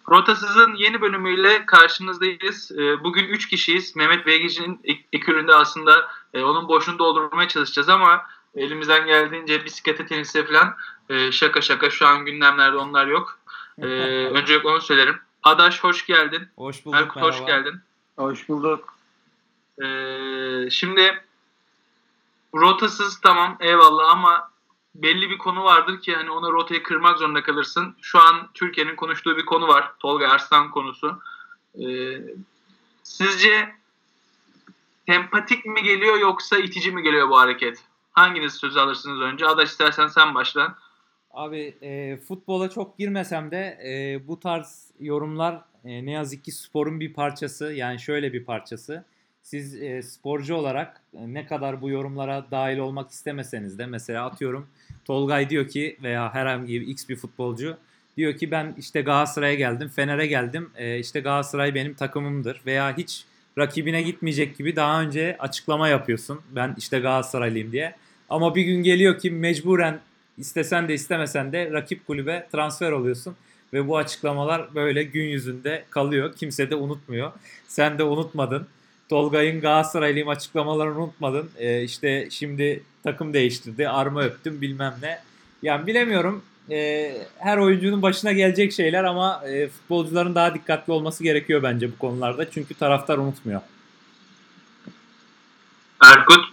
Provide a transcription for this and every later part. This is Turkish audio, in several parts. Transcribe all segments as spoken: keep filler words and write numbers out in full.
Rotasız'ın yeni bölümüyle karşınızdayız. Ee, Bugün üç kişiyiz. Mehmet Beygici'nin ek- eküründe aslında e, onun boşluğunu doldurmaya çalışacağız ama elimizden geldiğince bisiklete, tenise falan e, şaka şaka şu an gündemlerde onlar yok. Ee, Öncelikle onu söylerim. Adaş hoş geldin. Hoş bulduk, Erkut hoş merhaba. geldin. Hoş bulduk. Ee, şimdi rotasız tamam eyvallah ama belli bir konu vardır ki hani ona rotayı kırmak zorunda kalırsın. Şu an Türkiye'nin konuştuğu bir konu var. Tolga Arslan konusu. Ee, Sizce sempatik mi geliyor yoksa itici mi geliyor bu hareket? Hanginiz söz alırsınız önce? Adaş istersen sen başla. Abi e, futbola çok girmesem de e, bu tarz yorumlar e, ne yazık ki sporun bir parçası. Yani şöyle bir parçası. Siz e, sporcu olarak e, ne kadar bu yorumlara dahil olmak istemeseniz de mesela atıyorum Tolgay diyor ki veya herhangi bir X bir futbolcu diyor ki ben işte Galatasaray'a geldim, Fener'e geldim. E, işte Galatasaray benim takımımdır veya hiç rakibine gitmeyecek gibi daha önce açıklama yapıyorsun. Ben işte Galatasaraylıyım diye. Ama bir gün geliyor ki mecburen İstesen de istemesen de rakip kulübe transfer oluyorsun. Ve bu açıklamalar böyle gün yüzünde kalıyor. Kimse de unutmuyor. Sen de unutmadın. Tolgay'ın Galatasaraylıyım açıklamalarını unutmadın. Ee, işte şimdi takım değiştirdi. Arma öptüm bilmem ne. Yani bilemiyorum. Ee, her oyuncunun başına gelecek şeyler ama e, futbolcuların daha dikkatli olması gerekiyor bence bu konularda. Çünkü taraftar unutmuyor. Erkut.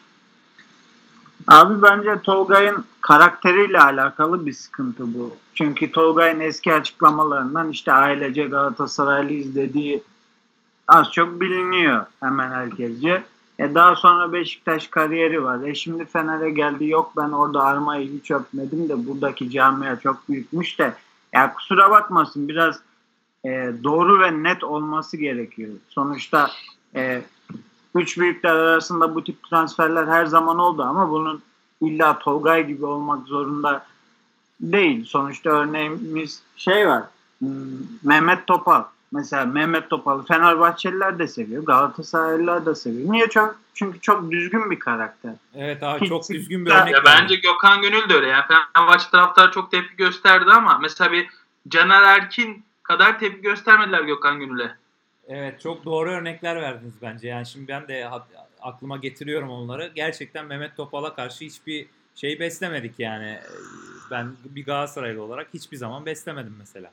Abi bence Tolgay'ın karakteriyle alakalı bir sıkıntı bu. Çünkü Tolgay'ın eski açıklamalarından işte ailece Galatasaraylıyız dediği az çok biliniyor hemen herkesce. E daha sonra Beşiktaş kariyeri var. E şimdi Fener'e geldi. Yok ben orada armayı hiç öpmedim de buradaki camia çok büyükmüş de. Ya kusura bakmasın biraz e, doğru ve net olması gerekiyor. Sonuçta e, üç büyükler arasında bu tip transferler her zaman oldu ama bunun illa Tolgay gibi olmak zorunda değil. Sonuçta örneğimiz şey var. hmm, Mehmet Topal. Mesela Mehmet Topal'ı Fenerbahçeliler de seviyor. Galatasaraylılar da seviyor. Niye? Çok, çünkü çok düzgün bir karakter. Evet abi Hiç çok düzgün bir sıkıntı- örnek Ya verdin. bence Gökhan Gönül de öyle. Yani Fenerbahçe taraftarı çok tepki gösterdi ama mesela bir Caner Erkin kadar tepki göstermediler Gökhan Gönül'e. Evet çok doğru örnekler verdiniz bence. Yani şimdi ben de ha- aklıma getiriyorum onları. Gerçekten Mehmet Topal'a karşı hiçbir şey beslemedik yani. Ee, Ben bir Galatasaraylı olarak hiçbir zaman beslemedim mesela.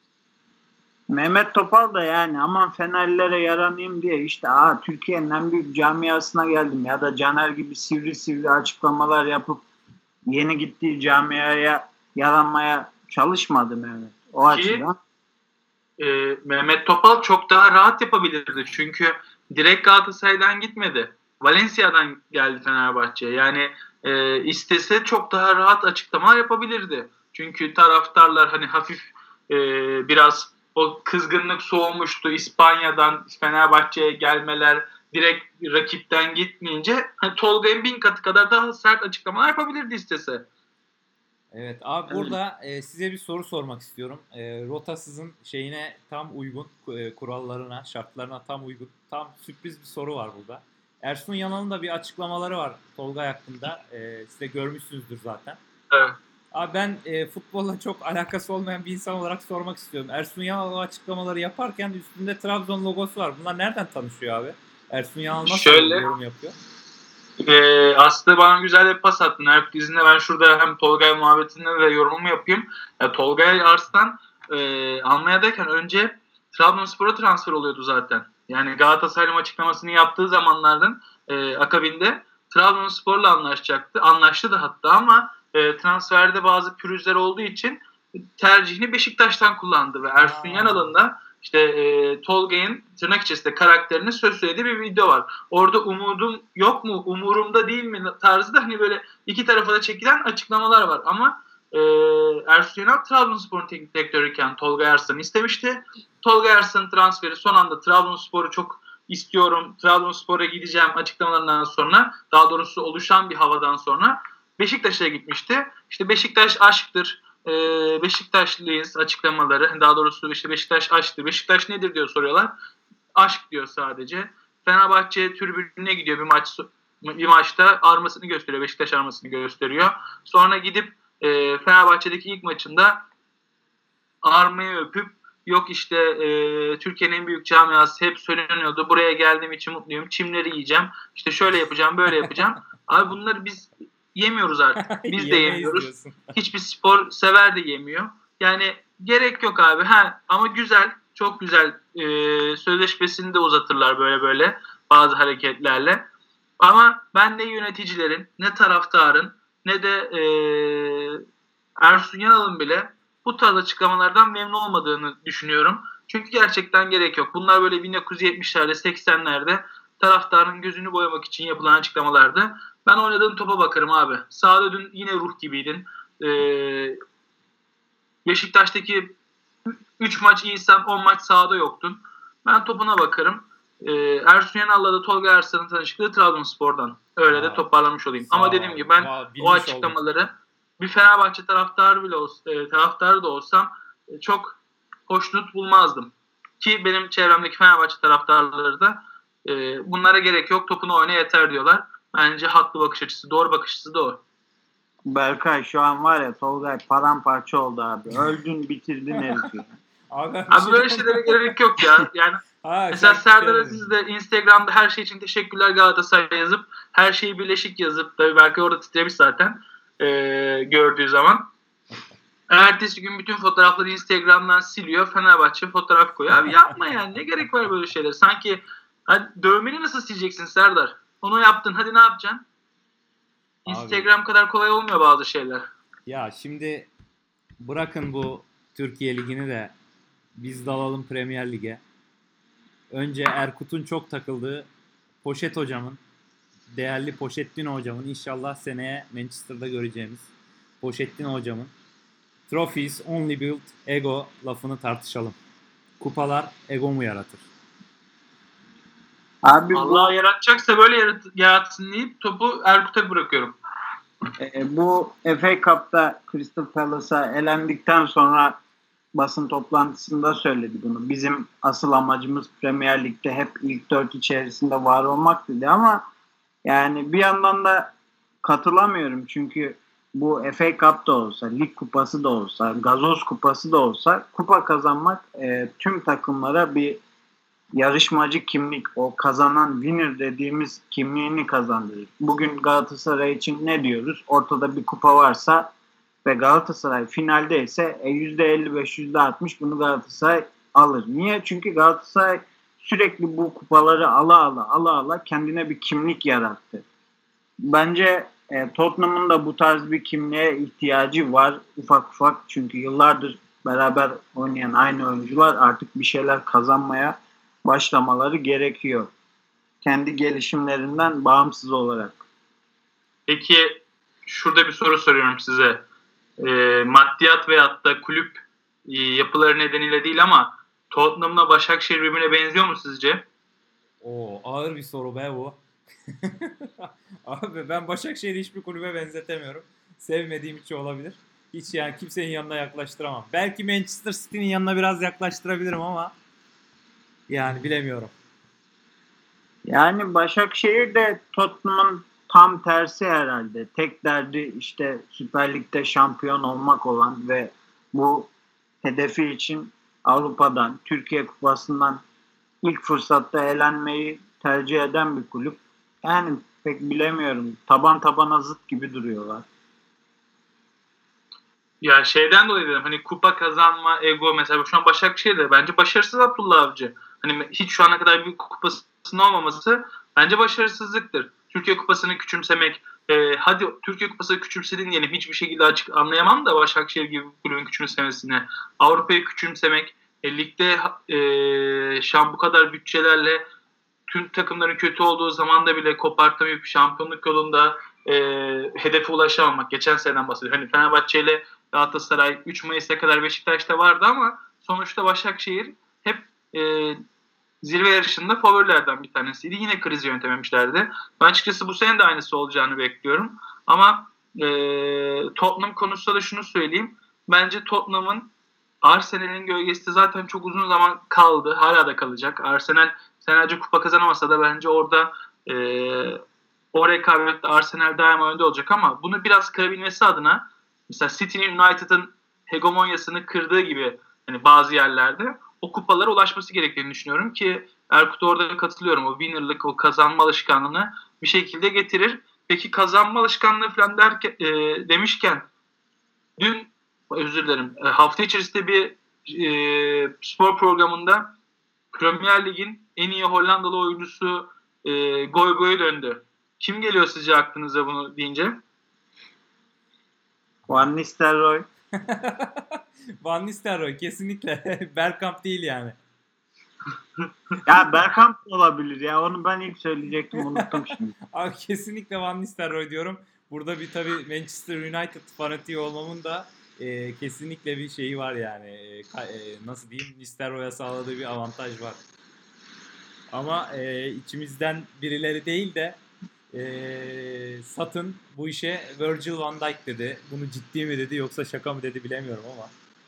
Mehmet Topal da yani aman Fenerlilere yaranayım diye işte aa Türkiye'nin en büyük camiasına geldim ya da Caner gibi sivri sivri açıklamalar yapıp yeni gittiği camiaya yaranmaya çalışmadı Mehmet. O Ki açıdan. e, Mehmet Topal çok daha rahat yapabilirdi. Çünkü direkt Galatasaray'dan gitmedi. Valencia'dan geldi Fenerbahçe'ye. Yani e, istese çok daha rahat açıklamalar yapabilirdi. Çünkü taraftarlar hani hafif e, biraz o kızgınlık soğumuştu. İspanya'dan Fenerbahçe'ye gelmeler direkt rakipten gitmeyince hani Tolga'nın bin katı kadar daha sert açıklamalar yapabilirdi istese. Evet abi Evet. burada e, size bir soru sormak istiyorum. E, rotasızın şeyine tam uygun, e, kurallarına, şartlarına tam uygun, tam sürpriz bir soru var burada. Ersun Yanal'ın da bir açıklamaları var Tolga hakkında. E, siz de görmüşsünüzdür zaten. Evet. Abi ben e, futbolla çok alakası olmayan bir insan olarak sormak istiyorum. Ersun Yanal o açıklamaları yaparken üstünde Trabzon logosu var. Bunlar nereden tanışıyor abi? Ersun Yanal nasıl bu Şöyle yorum yapıyor? Ee, aslında bana güzel bir pas attın. Erkut izniyle ben şurada hem Tolgay muhabbetini ve yorumumu yapayım. Ya, Tolgay Arslan e, Almanya'dayken önce Trabzonspor'a transfer oluyordu zaten. Yani Galatasaray'ın açıklamasını yaptığı zamanlardan e, akabinde Trabzonspor'la anlaşacaktı. Anlaştı da hatta ama e, transferde bazı pürüzler olduğu için tercihini Beşiktaş'tan kullandı ve Ersun Aa, Yanal'ın da işte e, Tolgay'ın tırnak içerisinde karakterini söz söylediği bir video var. Orada umudum yok mu, umurumda değil mi tarzı da hani böyle iki tarafa da çekilen açıklamalar var. Ama e, Ersun Yanal Trabzonspor'un teknik direktörüyken Tolga Arslan'ı istemişti. Tolga Arslan'ın transferi son anda Trabzonspor'u çok istiyorum, Trabzonspor'a gideceğim açıklamalarından sonra, daha doğrusu oluşan bir havadan sonra Beşiktaş'a gitmişti. İşte Beşiktaş aşktır, e, Beşiktaşlıyız açıklamaları. Daha doğrusu işte Beşiktaş aşktır. Beşiktaş nedir diyor soruyorlar. Aşk diyor sadece. Fenerbahçe tribününe gidiyor bir maç bir maçta armasını gösteriyor. Beşiktaş armasını gösteriyor. Sonra gidip e, Fenerbahçe'deki ilk maçında armayı öpüp Yok işte e, Türkiye'nin en büyük camiası hep söyleniyordu. Buraya geldiğim için mutluyum. Çimleri yiyeceğim. İşte şöyle yapacağım, böyle yapacağım. Abi bunları biz yemiyoruz artık. Biz de Yemeyiz yemiyoruz. diyorsun. Hiçbir spor sever de yemiyor. Yani gerek yok abi. Ha, ama güzel, çok güzel. E, sözleşmesini de uzatırlar böyle böyle bazı hareketlerle. Ama ben ne yöneticilerin, ne taraftarın, ne de e, Ersun Yanal'ın bile bu tarz açıklamalardan memnun olmadığını düşünüyorum. Çünkü gerçekten gerek yok. Bunlar böyle bin dokuz yüz yetmişlerde, seksenlerde taraftarın gözünü boyamak için yapılan açıklamalardı. Ben oynadığın topa bakarım abi. Sahada dün yine ruh gibiydin. Ee, Beşiktaş'taki üç maç iyiysen on maç sahada yoktun. Ben topuna bakarım. Ee, Ersun Yanal'la da Tolga Arslan'ın tanışıklığı Trabzonspor'dan. Öyle Aa, de toparlamış olayım. sağ Ama ol. dediğim gibi ben Aa, bilmiş o oldum. açıklamaları bir Fenerbahçe taraftarı bile olsa, e, taraftarı da olsam e, çok hoşnut bulmazdım. Ki benim çevremdeki Fenerbahçe taraftarları da e, bunlara gerek yok, topunu oyna yeter diyorlar. Bence haklı bakış açısı, doğru bakış açısı da o. Berkay şu an var ya Tolgay paramparça oldu abi. Öldün bitirdin herifi. Abi, ben bir Abi şey böyle demedim. şeylere gerek yok ya. Yani Ha, mesela sen- Serdar şey- Aziz de Instagram'da her şey için teşekkürler Galatasaray yazıp her şeyi birleşik yazıp tabii belki orada titremiş zaten e, gördüğü zaman. Ertesi gün bütün fotoğrafları Instagram'dan siliyor. Fenerbahçe fotoğraf koyuyor. Abi yapma yani. Ne gerek var böyle şeyler? Sanki hadi dövmeni nasıl sileceksin Serdar? Onu yaptın. Hadi ne yapacaksın? Abi. Instagram kadar kolay olmuyor bazı şeyler. Ya şimdi bırakın bu Türkiye Ligi'ni de biz dalalım Premier Lig'e. Önce Erkut'un çok takıldığı Poşet hocamın, değerli Pochettino hocamın inşallah seneye Manchester'da göreceğimiz Pochettino hocamın Trophies only build ego lafını tartışalım. Kupalar ego mu yaratır? Abi bu Allah yaratacaksa böyle yarat- yaratsın deyip topu Erkut'a bırakıyorum. e, bu F A Cup'ta Crystal Palace'a elendikten sonra basın toplantısında söyledi bunu. Bizim asıl amacımız Premier Lig'de hep ilk dört içerisinde var olmak dedi ama yani bir yandan da katılamıyorum çünkü bu F A Cup da olsa, Lig Kupası da olsa, Gazoz Kupası da olsa kupa kazanmak e, tüm takımlara bir yarışmacı kimlik, o kazanan winner dediğimiz kimliğini kazandırır. Bugün Galatasaray için ne diyoruz? Ortada bir kupa varsa ve Galatasaray finalde ise e, yüzde elli beş yüzde altmış bunu Galatasaray alır. Niye? Çünkü Galatasaray sürekli bu kupaları ala ala ala ala kendine bir kimlik yarattı. Bence e, Tottenham'ın da bu tarz bir kimliğe ihtiyacı var ufak ufak. Çünkü yıllardır beraber oynayan aynı oyuncular artık bir şeyler kazanmaya başlamaları gerekiyor. Kendi gelişimlerinden bağımsız olarak. Peki şurada bir soru soruyorum size. E, maddiyat veyahut da kulüp e, yapıları nedeniyle değil ama Tottenham'la Başakşehir birbirine benziyor mu sizce? Oo, ağır bir soru be bu. Abi ben Başakşehir'i hiçbir kulübe benzetemiyorum. Sevmediğim için olabilir. Hiç yani kimsenin yanına yaklaştıramam. Belki Manchester City'nin yanına biraz yaklaştırabilirim ama yani bilemiyorum. Yani Başakşehir de Tottenham'ın tam tersi herhalde. Tek derdi işte Süper Lig'de şampiyon olmak olan ve bu hedefi için Avrupa'dan, Türkiye Kupası'ndan ilk fırsatta elenmeyi tercih eden bir kulüp. Yani pek bilemiyorum. Taban tabana zıt gibi duruyorlar. Ya şeyden dolayı dedim hani kupa kazanma, ego mesela şu an Başakşehir'de bence başarısız Abdullah Avcı. Hani hiç şu ana kadar bir kupasının olmaması bence başarısızlıktır. Türkiye Kupası'nı küçümsemek, e, hadi Türkiye Kupası'nı küçümsedin diyelim hiçbir şekilde açık anlayamam da Başakşehir gibi bir kulübün küçümsemesine. Avrupa'yı küçümsemek, e, ligde e, şu an bu kadar bütçelerle tüm takımların kötü olduğu zamanda bile kopartamayıp şampiyonluk yolunda e, hedefe ulaşamamak. Geçen seneden bahsediyorum. Hani Fenerbahçe ile Galatasaray üç Mayıs'a kadar Beşiktaş'ta vardı ama sonuçta Başakşehir hep e, zirve yarışında favorilerden bir tanesiydi. Yine krizi yönetememişlerdi. Ben açıkçası bu sene de aynısı olacağını bekliyorum. Ama e, Tottenham konusunda da şunu söyleyeyim. Bence Tottenham'ın Arsenal'in gölgesinde zaten çok uzun zaman kaldı. Hala da kalacak. Arsenal senelerce kupa kazanamasa da bence orada e, o rekabette Arsenal daima önde olacak ama bunu biraz kırabilmesi adına mesela City'nin United'ın hegemonyasını kırdığı gibi hani bazı yerlerde o kupalara ulaşması gerektiğini düşünüyorum ki Erkut orada katılıyorum. O winner'lık, o kazanma alışkanlığını bir şekilde getirir. Peki kazanma alışkanlığı falan derken, e, demişken dün özür dilerim e, hafta içerisinde bir e, spor programında Premier Lig'in en iyi Hollandalı oyuncusu e, Goy Goy'a döndü. Kim geliyor sizce aklınıza bunu deyince? Van Nistelrooy. Van Nistelrooy kesinlikle. Bergkamp değil yani. Ya Bergkamp da olabilir ya. Onu ben ilk söyleyecektim, unuttum şimdi. Abi kesinlikle Van Nistelrooy diyorum. Burada bir tabii Manchester United fanatiği olmamın da e, kesinlikle bir şeyi var yani. E, ka- e, nasıl diyeyim? Nistelrooy'a sağladığı bir avantaj var. Ama e, içimizden birileri değil de e, Satın bu işe Virgil van Dijk dedi. Bunu ciddi mi dedi yoksa şaka mı dedi bilemiyorum ama.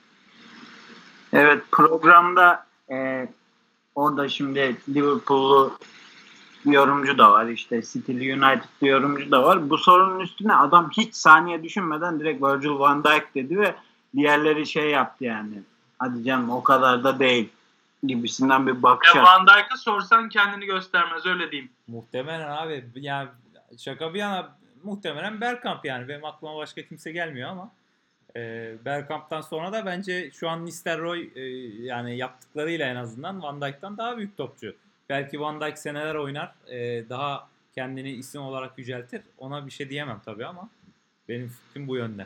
Evet, programda e, orada şimdi Liverpool'lu bir yorumcu da var, işte City'li United'lı yorumcu da var. Bu sorunun üstüne adam hiç saniye düşünmeden direkt Virgil van Dijk dedi ve diğerleri şey yaptı yani. Hadi canım o kadar da değil gibisinden bir bakış Ya attı. Van Dijk'a sorsan kendini göstermez, öyle diyeyim. Muhtemelen abi yani şaka bir yana muhtemelen Bergkamp yani. Benim aklıma başka kimse gelmiyor ama e, Bergkamp'tan sonra da bence şu an Nistelrooy e, yani yaptıklarıyla en azından Van Dijk'tan daha büyük topçu. Belki Van Dijk seneler oynar. e, daha kendini isim olarak yüceltir. Ona bir şey diyemem tabii ama benim fikrim bu yönde.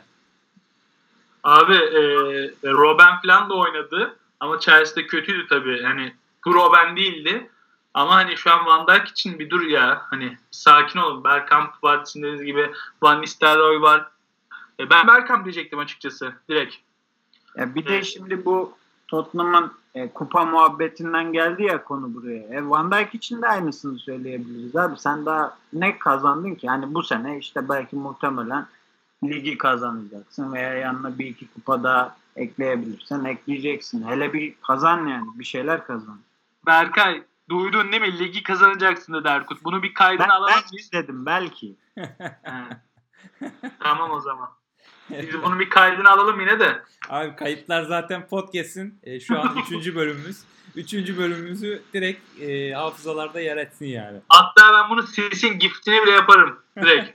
Abi e, Robben falan da oynadı ama Chelsea'de kötüydü tabii. Hani bu Robben değildi. Ama hani şu an Van Dijk için bir dur ya. Hani sakin olun. Bergkamp var, sizin dediğiniz gibi Van Nistelrooy var. E, ben Bergkamp diyecektim açıkçası direkt. Ya bir de Evet. şimdi bu Tottenham'ın e, kupa muhabbetinden geldi ya konu buraya. E, Van Dijk için de aynısını söyleyebiliriz abi. Sen daha ne kazandın ki? Yani bu sene işte belki muhtemelen ligi kazanacaksın veya yanına bir iki kupa daha ekleyebilirsen ekleyeceksin. Hele bir kazan yani. Bir şeyler kazan. Berkay, duydun değil mi? Ligi kazanacaksın dedi Erkut. Bunu bir kaydını Ben alalım belki biz. dedim belki. He. Tamam o zaman. Biz bunu bir kaydını alalım yine de. Abi kayıtlar zaten podcast'in e, şu an üçüncü bölümümüz. Üçüncü bölümümüzü direkt e, hafızalarda yer etsin yani. Hatta ben bunu sesin giftini bile yaparım direkt.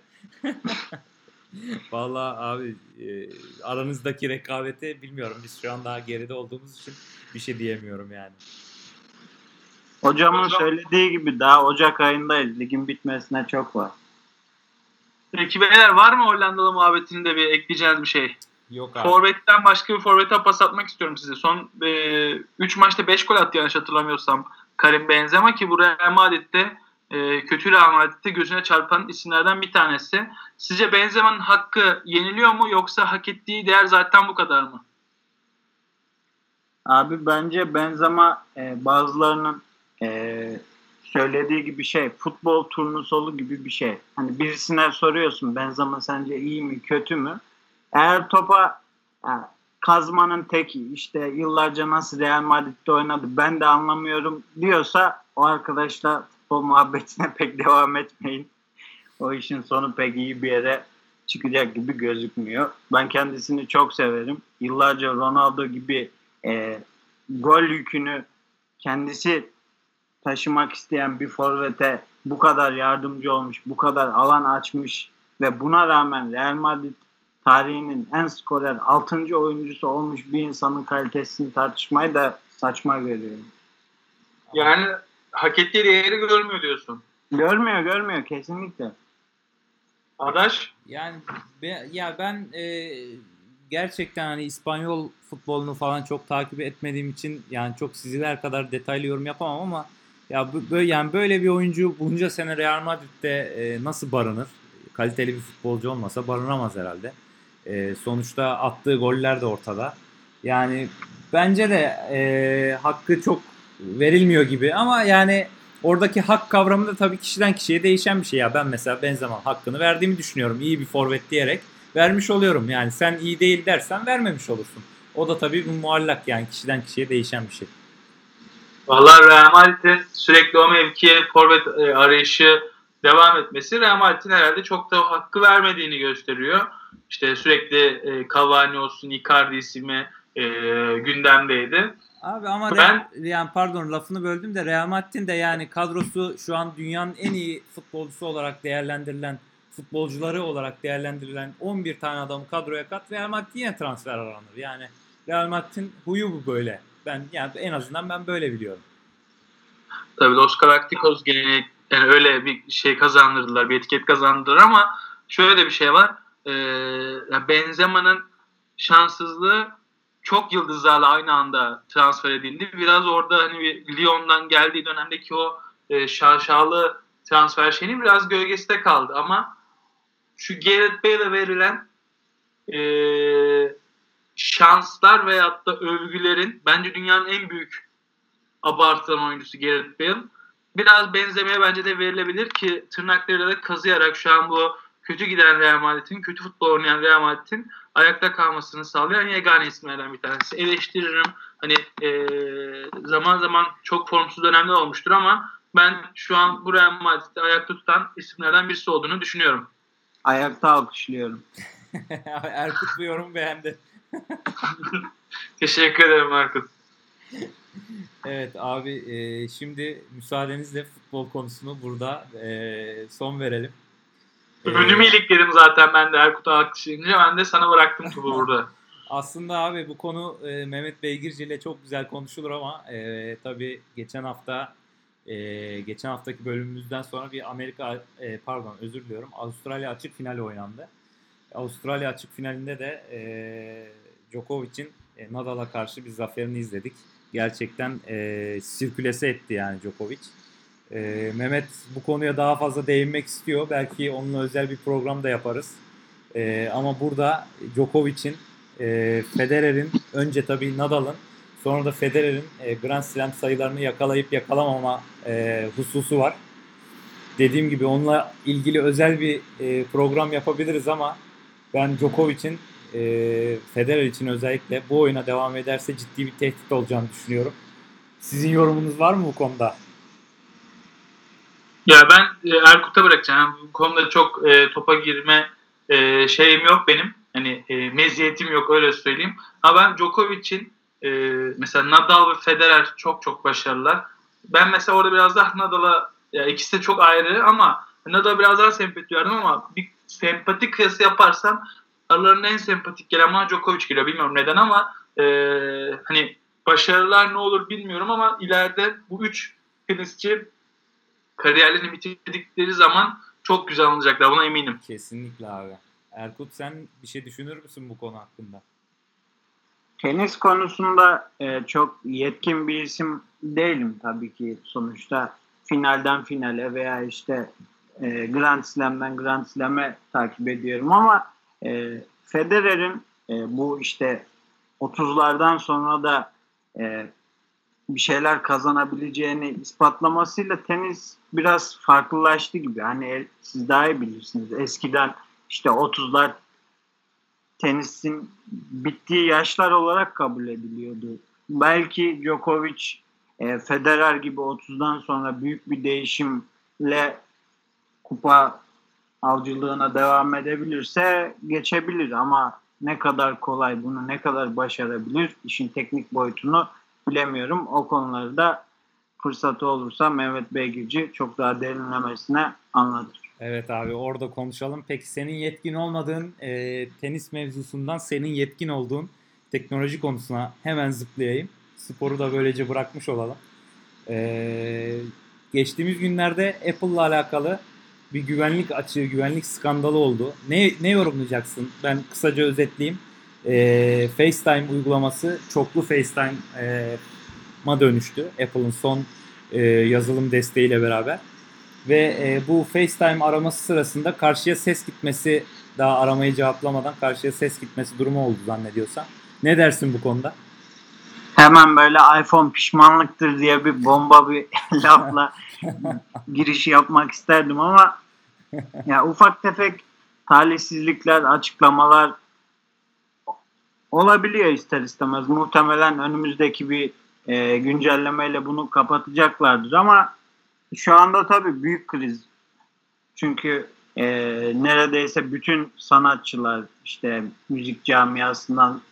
Vallahi abi e, aranızdaki rekabeti bilmiyorum. Biz şu an daha geride olduğumuz için bir şey diyemiyorum yani. Hocamın Hocam- söylediği gibi daha Ocak ayındayız. Ligin bitmesine çok var. Peki beyler, var mı Hollandalı muhabbetinde bir ekleyeceğiniz bir şey? Yok abi. Forvet'ten başka bir forvete pas atmak istiyorum size. Son üç maçta beş gol attı yanlış hatırlamıyorsam Karim Benzema, ki bu Real Madrid'de e, kötü Real Madrid'de gözüne çarpan isimlerden bir tanesi. Sizce Benzema'nın hakkı yeniliyor mu, yoksa hak ettiği değer zaten bu kadar mı? Abi bence Benzema e, bazılarının e, söylediği gibi şey, futbol turnusolu gibi bir şey. Hani birisine soruyorsun Benzema sence iyi mi kötü mü? Eğer topa yani kazmanın teki, işte yıllarca nasıl Real Madrid'de oynadı ben de anlamıyorum diyorsa o arkadaşla futbol muhabbetine pek devam etmeyin. O işin sonu pek iyi bir yere çıkacak gibi gözükmüyor. Ben kendisini çok severim. Yıllarca Ronaldo gibi e, gol yükünü kendisi taşımak isteyen bir forvete bu kadar yardımcı olmuş, bu kadar alan açmış ve buna rağmen Real Madrid tarihinin en skorer altıncı oyuncusu olmuş bir insanın kalitesini tartışmayı da saçma görüyorum. Yani hak ettiği değeri görmüyor diyorsun. Görmüyor, görmüyor kesinlikle. Adaş? Yani be- ya ben e, gerçekten hani İspanyol futbolunu falan çok takip etmediğim için yani çok sizler kadar detaylı yorum yapamam ama ya bu- böyle yani böyle bir oyuncu bunca sene Real Madrid'de e, nasıl barınır? Kaliteli bir futbolcu olmasa barınamaz herhalde. E, sonuçta attığı goller de ortada. Yani bence de e, hakkı çok verilmiyor gibi ama yani oradaki hak kavramı da tabii kişiden kişiye değişen bir şey. Ya ben mesela Benzema hakkını verdiğimi düşünüyorum. İyi bir forvet diyerek vermiş oluyorum. Yani sen iyi değil dersen vermemiş olursun. O da tabii bir muallak yani kişiden kişiye değişen bir şey. Vallahi Real Madrid'in sürekli o mevkiye forvet e, arayışı devam etmesi Real Madrid'in herhalde çok da hakkı vermediğini gösteriyor. İşte sürekli e, Cavani olsun, Icardi ismi e, gündemdeydi. Abi ama Ben Real, yani pardon lafını böldüm de Real Madrid'in de yani kadrosu şu an dünyanın en iyi futbolcusu olarak değerlendirilen, futbolcuları olarak değerlendirilen on bir tane adamı kadroya kat, Real Madrid yine transfer aranır. Yani Real Madrid'in huyu bu böyle. Ben yani en azından ben böyle biliyorum. tabii Los Galacticos geleneği, yani öyle bir şey kazandırdılar, bir etiket kazandırdılar ama şöyle de bir şey var. Ee, Benzema'nın şanssızlığı çok yıldızlarla aynı anda transfer edildi. Biraz orada hani bir Lyon'dan geldiği dönemdeki o e, şaşalı transfer şeyinin biraz gölgesinde kaldı ama şu Gareth Bale'e verilen e, şanslar veyahut da övgülerin bence dünyanın en büyük abartılan oyuncusu Gareth Bale. Biraz benzemeye bence de verilebilir ki tırnaklarıyla da kazıyarak şu an bu kötü giden Real Madrid'in, kötü futbol oynayan Real Madrid'in ayakta kalmasını sağlayan yegane isimlerden bir tanesi. Eleştiririm. Hani e, zaman zaman çok formsuz dönemler olmuştur ama ben şu an bu Real Madrid'i ayakta tutan isimlerden birisi olduğunu düşünüyorum. Ayakta alkışlıyorum. Erkut bu yorum beğendi. Teşekkür ederim Erkut. Evet abi e, şimdi müsaadenizle futbol konusunu burada e, son verelim. E, Önümü ilikledim zaten ben de Erkut'a alkışlayınca. Ben de sana bıraktım topu burada. Aslında abi bu konu e, Mehmet Beygirci ile çok güzel konuşulur ama e, tabii geçen hafta e, geçen haftaki bölümümüzden sonra bir Amerika e, pardon özür diliyorum Avustralya açık finali oynandı. Avustralya açık finalinde de e, Djokovic'in e, Nadal'a karşı bir zaferini izledik. Gerçekten e, sirkülese etti yani Djokovic. E, Mehmet bu konuya daha fazla değinmek istiyor. Belki onunla özel bir program da yaparız. E, ama burada Djokovic'in, e, Federer'in, önce tabii Nadal'ın, sonra da Federer'in e, Grand Slam sayılarını yakalayıp yakalamama e, hususu var. Dediğim gibi onunla ilgili özel bir e, program yapabiliriz ama ben Djokovic'in e, Federer için özellikle bu oyuna devam ederse ciddi bir tehdit olacağını düşünüyorum. Sizin yorumunuz var mı bu konuda? Ya ben e, Erkut'a bırakacağım. Yani bu konuda çok e, topa girme e, şeyim yok benim. Hani e, meziyetim yok öyle söyleyeyim. Ama ben Djokovic'in e, mesela Nadal ve Federer çok çok başarılılar. Ben mesela orada biraz daha Nadal'a, ya ikisi de çok ayrı ama Nadal'a biraz daha sempati duyardım ama bir sempati kıyası yaparsam aralarında en sempatik gelen bana Djokovic geliyor. Bilmiyorum neden ama e, hani başarılar ne olur bilmiyorum ama ileride bu üç tenisçi kariyerlerini bitirdikleri zaman çok güzel anılacaklar. Buna eminim. Kesinlikle abi. Erkut sen bir şey düşünür müsün bu konu hakkında? Tenis konusunda e, çok yetkin bir isim değilim tabii ki. Sonuçta finalden finale veya işte e, Grand Slam'den Grand Slam'e takip ediyorum ama e, Federer'in e, bu işte otuzlardan sonra da e, bir şeyler kazanabileceğini ispatlamasıyla tenis biraz farklılaştı gibi. Hani siz daha iyi bilirsiniz. Eskiden işte otuzlar tenisin bittiği yaşlar olarak kabul ediliyordu. Belki Djokovic, e, Federer gibi otuzdan sonra büyük bir değişimle kupa avcılığına devam edebilirse geçebilir ama ne kadar kolay bunu ne kadar başarabilir işin teknik boyutunu bilemiyorum. O konuları da fırsatı olursa Mehmet Beygirci çok daha derinlemesine anlatır. Evet abi orada konuşalım. Peki senin yetkin olmadığın e, tenis mevzusundan senin yetkin olduğun teknoloji konusuna hemen zıplayayım. Sporu da böylece bırakmış olalım. E, geçtiğimiz günlerde Apple'la alakalı bir güvenlik açığı, güvenlik skandalı oldu. Ne, ne yorumlayacaksın? Ben kısaca özetleyeyim. E, FaceTime uygulaması çoklu FaceTime'a dönüştü. Apple'ın son e, yazılım desteğiyle beraber. Ve e, bu FaceTime araması sırasında karşıya ses gitmesi, daha aramayı cevaplamadan karşıya ses gitmesi durumu oldu zannediyorsam. Ne dersin bu konuda? Hemen böyle iPhone pişmanlıktır diye bir bomba bir lafla girişi yapmak isterdim ama ya ufak tefek talihsizlikler, açıklamalar olabiliyor ister istemez. Muhtemelen önümüzdeki bir e, güncellemeyle bunu kapatacaklardır ama şu anda tabii büyük kriz. Çünkü e, neredeyse bütün sanatçılar işte müzik camiasından tut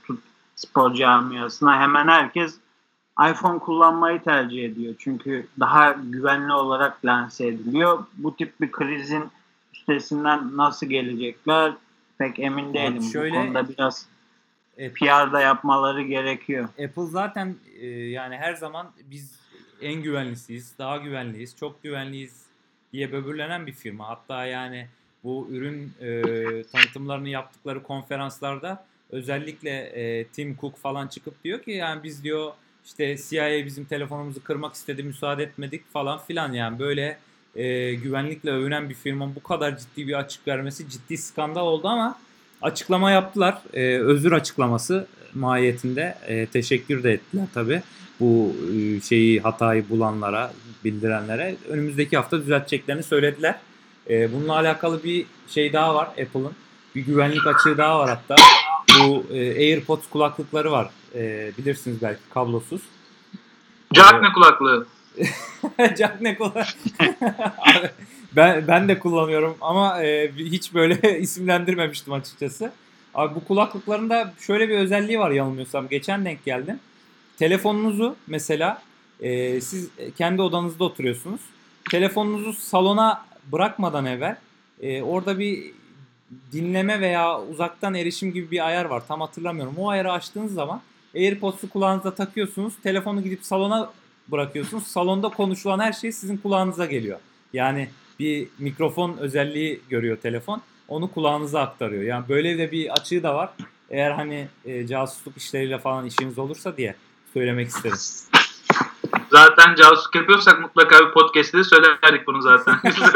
spor camiasına. Hemen herkes iPhone kullanmayı tercih ediyor. Çünkü daha güvenli olarak lanse ediliyor. Bu tip bir krizin üstesinden nasıl gelecekler pek emin değilim. şöyle, Bu konuda biraz Apple, P R'da yapmaları gerekiyor. Apple zaten e, yani her zaman biz en güvenlisiyiz, daha güvenliyiz, çok güvenliyiz diye böbürlenen bir firma. Hatta yani bu ürün e, tanıtımlarını yaptıkları konferanslarda özellikle e, Tim Cook falan çıkıp diyor ki yani biz diyor işte C I A bizim telefonumuzu kırmak istedi, müsaade etmedik falan filan, yani böyle e, güvenlikle övünen bir firmanın bu kadar ciddi bir açık vermesi ciddi skandal oldu ama açıklama yaptılar. E, özür açıklaması mahiyetinde e, teşekkür de ettiler tabii. Bu e, şeyi hatayı bulanlara, bildirenlere önümüzdeki hafta düzelteceklerini söylediler. E, bununla alakalı bir şey daha var Apple'ın. Bir güvenlik açığı daha var hatta. Bu e, AirPods kulaklıkları var. E, bilirsiniz belki, kablosuz. Jack ne kulaklığı? Jack ne kulak? ben ben de kullanıyorum ama e, hiç böyle isimlendirmemiştim açıkçası. Abi bu kulaklıkların da şöyle bir özelliği var yanılmıyorsam. Geçen denk geldim. Telefonunuzu mesela e, siz kendi odanızda oturuyorsunuz. Telefonunuzu salona bırakmadan evvel e, orada bir dinleme veya uzaktan erişim gibi bir ayar var. Tam hatırlamıyorum. O ayarı açtığınız zaman AirPods'u kulağınıza takıyorsunuz. Telefonu gidip salona bırakıyorsunuz. Salonda konuşulan her şey sizin kulağınıza geliyor. Yani bir mikrofon özelliği görüyor telefon. Onu kulağınıza aktarıyor. Yani böyle de bir açığı da var. Eğer hani e, casusluk işleriyle falan işiniz olursa diye söylemek isterim. Zaten casusluk yapıyorsak mutlaka bir podcast'te de söylerdik bunu zaten.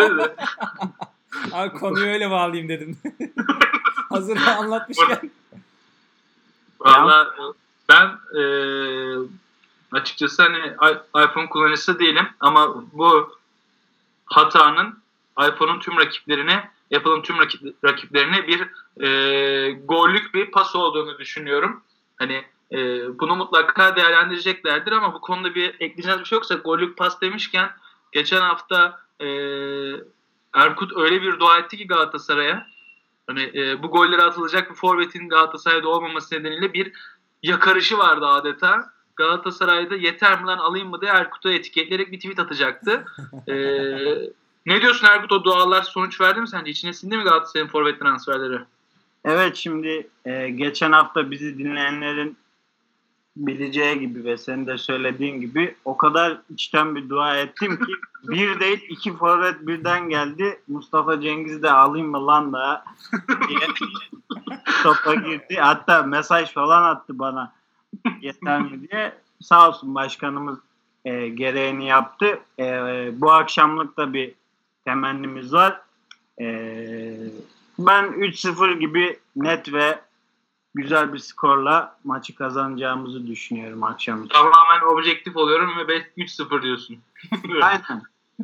Abi konuyu öyle bağlayayım dedim. Hazır anlatmışken. Valla ben e, açıkçası hani iPhone kullanıcısı değilim ama bu hatanın iPhone'un tüm rakiplerine, Apple'ın tüm rakip, rakiplerine bir e, gollük bir pas olduğunu düşünüyorum. Hani e, bunu mutlaka değerlendireceklerdir ama bu konuda bir ekleyeceğiniz bir şey yoksa gollük pas demişken geçen hafta e, Erkut öyle bir dua etti ki Galatasaray'a. Hani e, bu golleri atılacak bir forvetin Galatasaray'da olmaması nedeniyle bir yakarışı vardı adeta. Galatasaray'da yeter mi lan alayım mı diye Erkut'u etiketleyerek bir tweet atacaktı. E, ne diyorsun Erkut, o dualar sonuç verdi mi sence? İçine sindi mi Galatasaray'ın forvet transferleri? Evet, şimdi e, geçen hafta bizi dinleyenlerin bileceği gibi ve senin de söylediğin gibi o kadar içten bir dua ettim ki bir değil iki forvet birden geldi. Mustafa Cengiz de alayım mı lan da diye topa girdi. Hatta mesaj falan attı bana yeter mi diye. Sağ olsun başkanımız e, gereğini yaptı. E, bu akşamlık da bir temennimiz var. E, ben üç sıfır gibi net ve güzel bir skorla maçı kazanacağımızı düşünüyorum akşam için. Tamamen objektif oluyorum ve üç sıfır diyorsun. Aynen.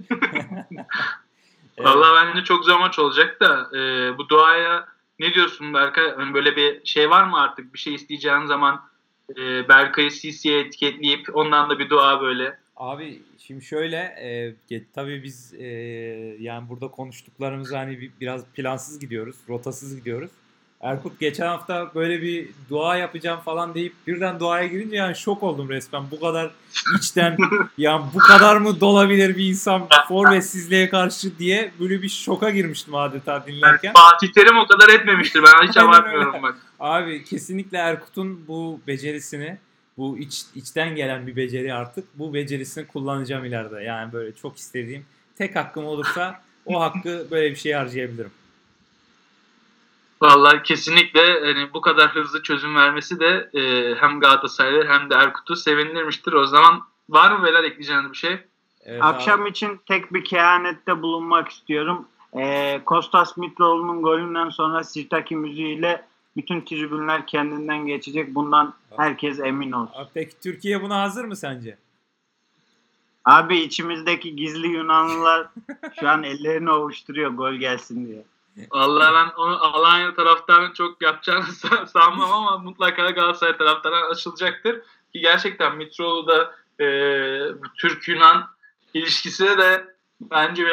Vallahi bence çok güzel maç olacak da e, bu duaya ne diyorsun Berkay? Hani böyle bir şey var mı artık? Bir şey isteyeceğin zaman e, Berkay'ı C C'ye etiketleyip ondan da bir dua böyle. Abi şimdi şöyle e, tabii biz e, yani burada konuştuklarımız hani bir, biraz plansız gidiyoruz, rotasız gidiyoruz. Erkut geçen hafta böyle bir dua yapacağım falan deyip birden duaya girince yani şok oldum resmen. Bu kadar içten yani bu kadar mı dolabilir bir insan forvetsizliğe karşı diye böyle bir şoka girmiştim adeta dinlerken. Yani Fatih Terim o kadar etmemiştir, ben hiç abartmıyorum bak. Abi kesinlikle Erkut'un bu becerisini, bu iç, içten gelen bir beceri artık, bu becerisini kullanacağım ileride. Yani böyle çok istediğim tek hakkım olursa o hakkı böyle bir şeye harcayabilirim. Vallahi kesinlikle hani bu kadar hızlı çözüm vermesi de e, hem Galatasaray'ı hem de Erkut'u sevindirmiştir. O zaman var mı beyler ekleyeceğiniz bir şey? Evet, akşam abi için tek bir kehanette bulunmak istiyorum. Ee, Kostas Mitroğlu'nun golünden sonra Sirtaki müziğiyle bütün tribünler kendinden geçecek. Bundan herkes emin olsun. Abi peki Türkiye buna hazır mı sence? Abi içimizdeki gizli Yunanlılar şu an ellerini ovuşturuyor gol gelsin diye. Vallahi ben onu Alanya taraftarının çok yapacağını sanmam ama mutlaka Galatasaray taraftarına açılacaktır. Ki gerçekten Mitroğlu da e, Türk-Yunan ilişkisine de bence biraz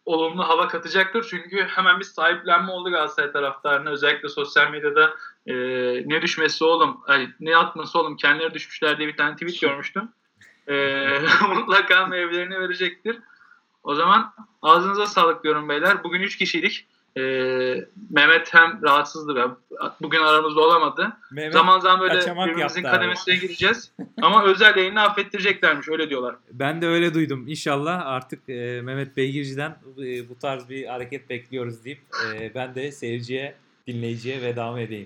olumlu hava katacaktır. Çünkü hemen bir sahiplenme oldu Galatasaray taraftarına. Özellikle sosyal medyada e, ne düşmesi oğlum, ay, ne atması oğlum, kendileri düşmüşler diye bir tane tweet görmüştüm. E, mutlaka meyvelerini verecektir. O zaman ağzınıza sağlık diyorum beyler. Bugün üç kişiydik. E, Mehmet hem rahatsızdı, bugün aramızda olamadı. Mehmet zaman zaman böyle kaçamak birbirimizin yaptı kademesine gireceğiz. Ama özel yayını affettireceklermiş, öyle diyorlar. Ben de öyle duydum. İnşallah artık e, Mehmet Beygirci'den e, bu tarz bir hareket bekliyoruz deyip e, ben de seyirciye, dinleyiciye vedamı edeyim.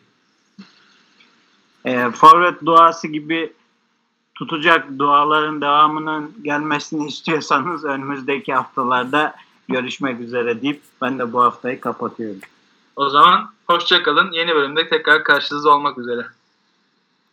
E, forvet duası gibi tutacak duaların devamının gelmesini istiyorsanız önümüzdeki haftalarda görüşmek üzere deyip ben de bu haftayı kapatıyorum. O zaman hoşça kalın. Yeni bölümde tekrar karşınızda olmak üzere.